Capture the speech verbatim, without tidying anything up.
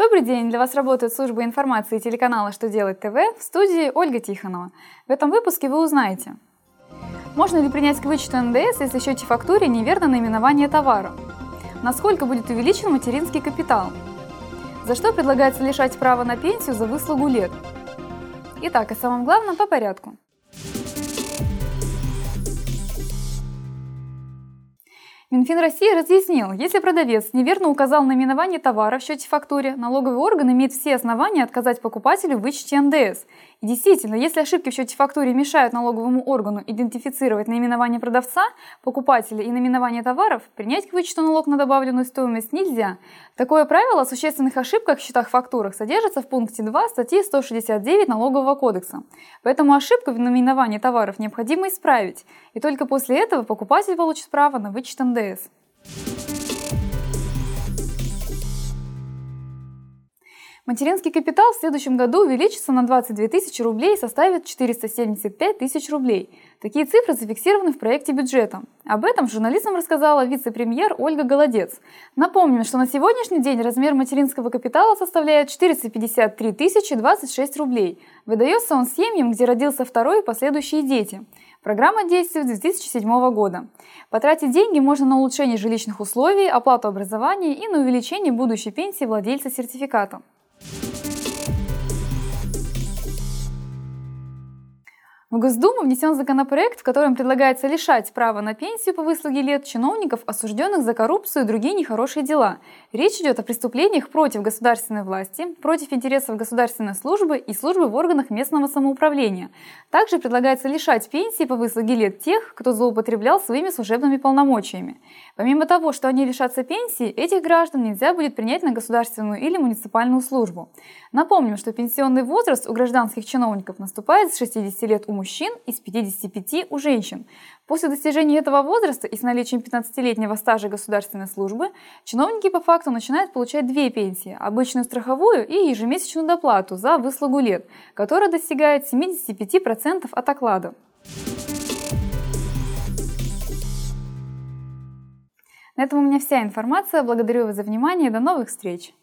Добрый день! Для вас работает служба информации телеканала «Что делать ТВ», в студии Ольга Тихонова. В этом выпуске вы узнаете: можно ли принять к вычету эн дэ эс, если в счете-фактуре неверно наименование товара? Насколько будет увеличен материнский капитал? За что предлагается лишать права на пенсию за выслугу лет? Итак, о самом главном по порядку. Минфин России разъяснил, если продавец неверно указал наименование товара в счете-фактуре, налоговый орган имеет все основания отказать покупателю в вычете эн дэ эс. И действительно, если ошибки в счете-фактуре мешают налоговому органу идентифицировать наименование продавца, покупателя и наименование товаров, принять к вычету налог на добавленную стоимость нельзя. Такое правило о существенных ошибках в счетах-фактурах содержится в пункте два статьи сто шестьдесят девять Налогового кодекса. Поэтому ошибку в наименовании товаров необходимо исправить, и только после этого покупатель получит право на вычет эн дэ эс. Материнский капитал в следующем году увеличится на двадцать две тысячи рублей и составит четыреста семьдесят пять тысяч рублей. Такие цифры зафиксированы в проекте бюджета. Об этом журналистам рассказала вице-премьер Ольга Голодец. Напомним, что на сегодняшний день размер материнского капитала составляет четыреста пятьдесят три тысячи двадцать шесть рублей. Выдается он семьям, где родился второй и последующие дети. Программа действует с две тысячи седьмого года. Потратить деньги можно на улучшение жилищных условий, оплату образования и на увеличение будущей пенсии владельца сертификата. В Госдуму внесен законопроект, в котором предлагается лишать права на пенсию по выслуге лет чиновников, осужденных за коррупцию и другие нехорошие дела. Речь идет о преступлениях против государственной власти, против интересов государственной службы и службы в органах местного самоуправления. Также предлагается лишать пенсии по выслуге лет тех, кто злоупотреблял своими служебными полномочиями. Помимо того, что они лишатся пенсии, этих граждан нельзя будет принять на государственную или муниципальную службу. Напомним, что пенсионный возраст у гражданских чиновников наступает с шестидесяти лет у мужчин и с пятидесяти пяти у женщин. После достижения этого возраста и с наличием пятнадцатилетнего стажа государственной службы чиновники по факту начинают получать две пенсии – обычную страховую и ежемесячную доплату за выслугу лет, которая достигает семидесяти пяти процентов от оклада. На этом у меня вся информация. Благодарю вас за внимание и до новых встреч!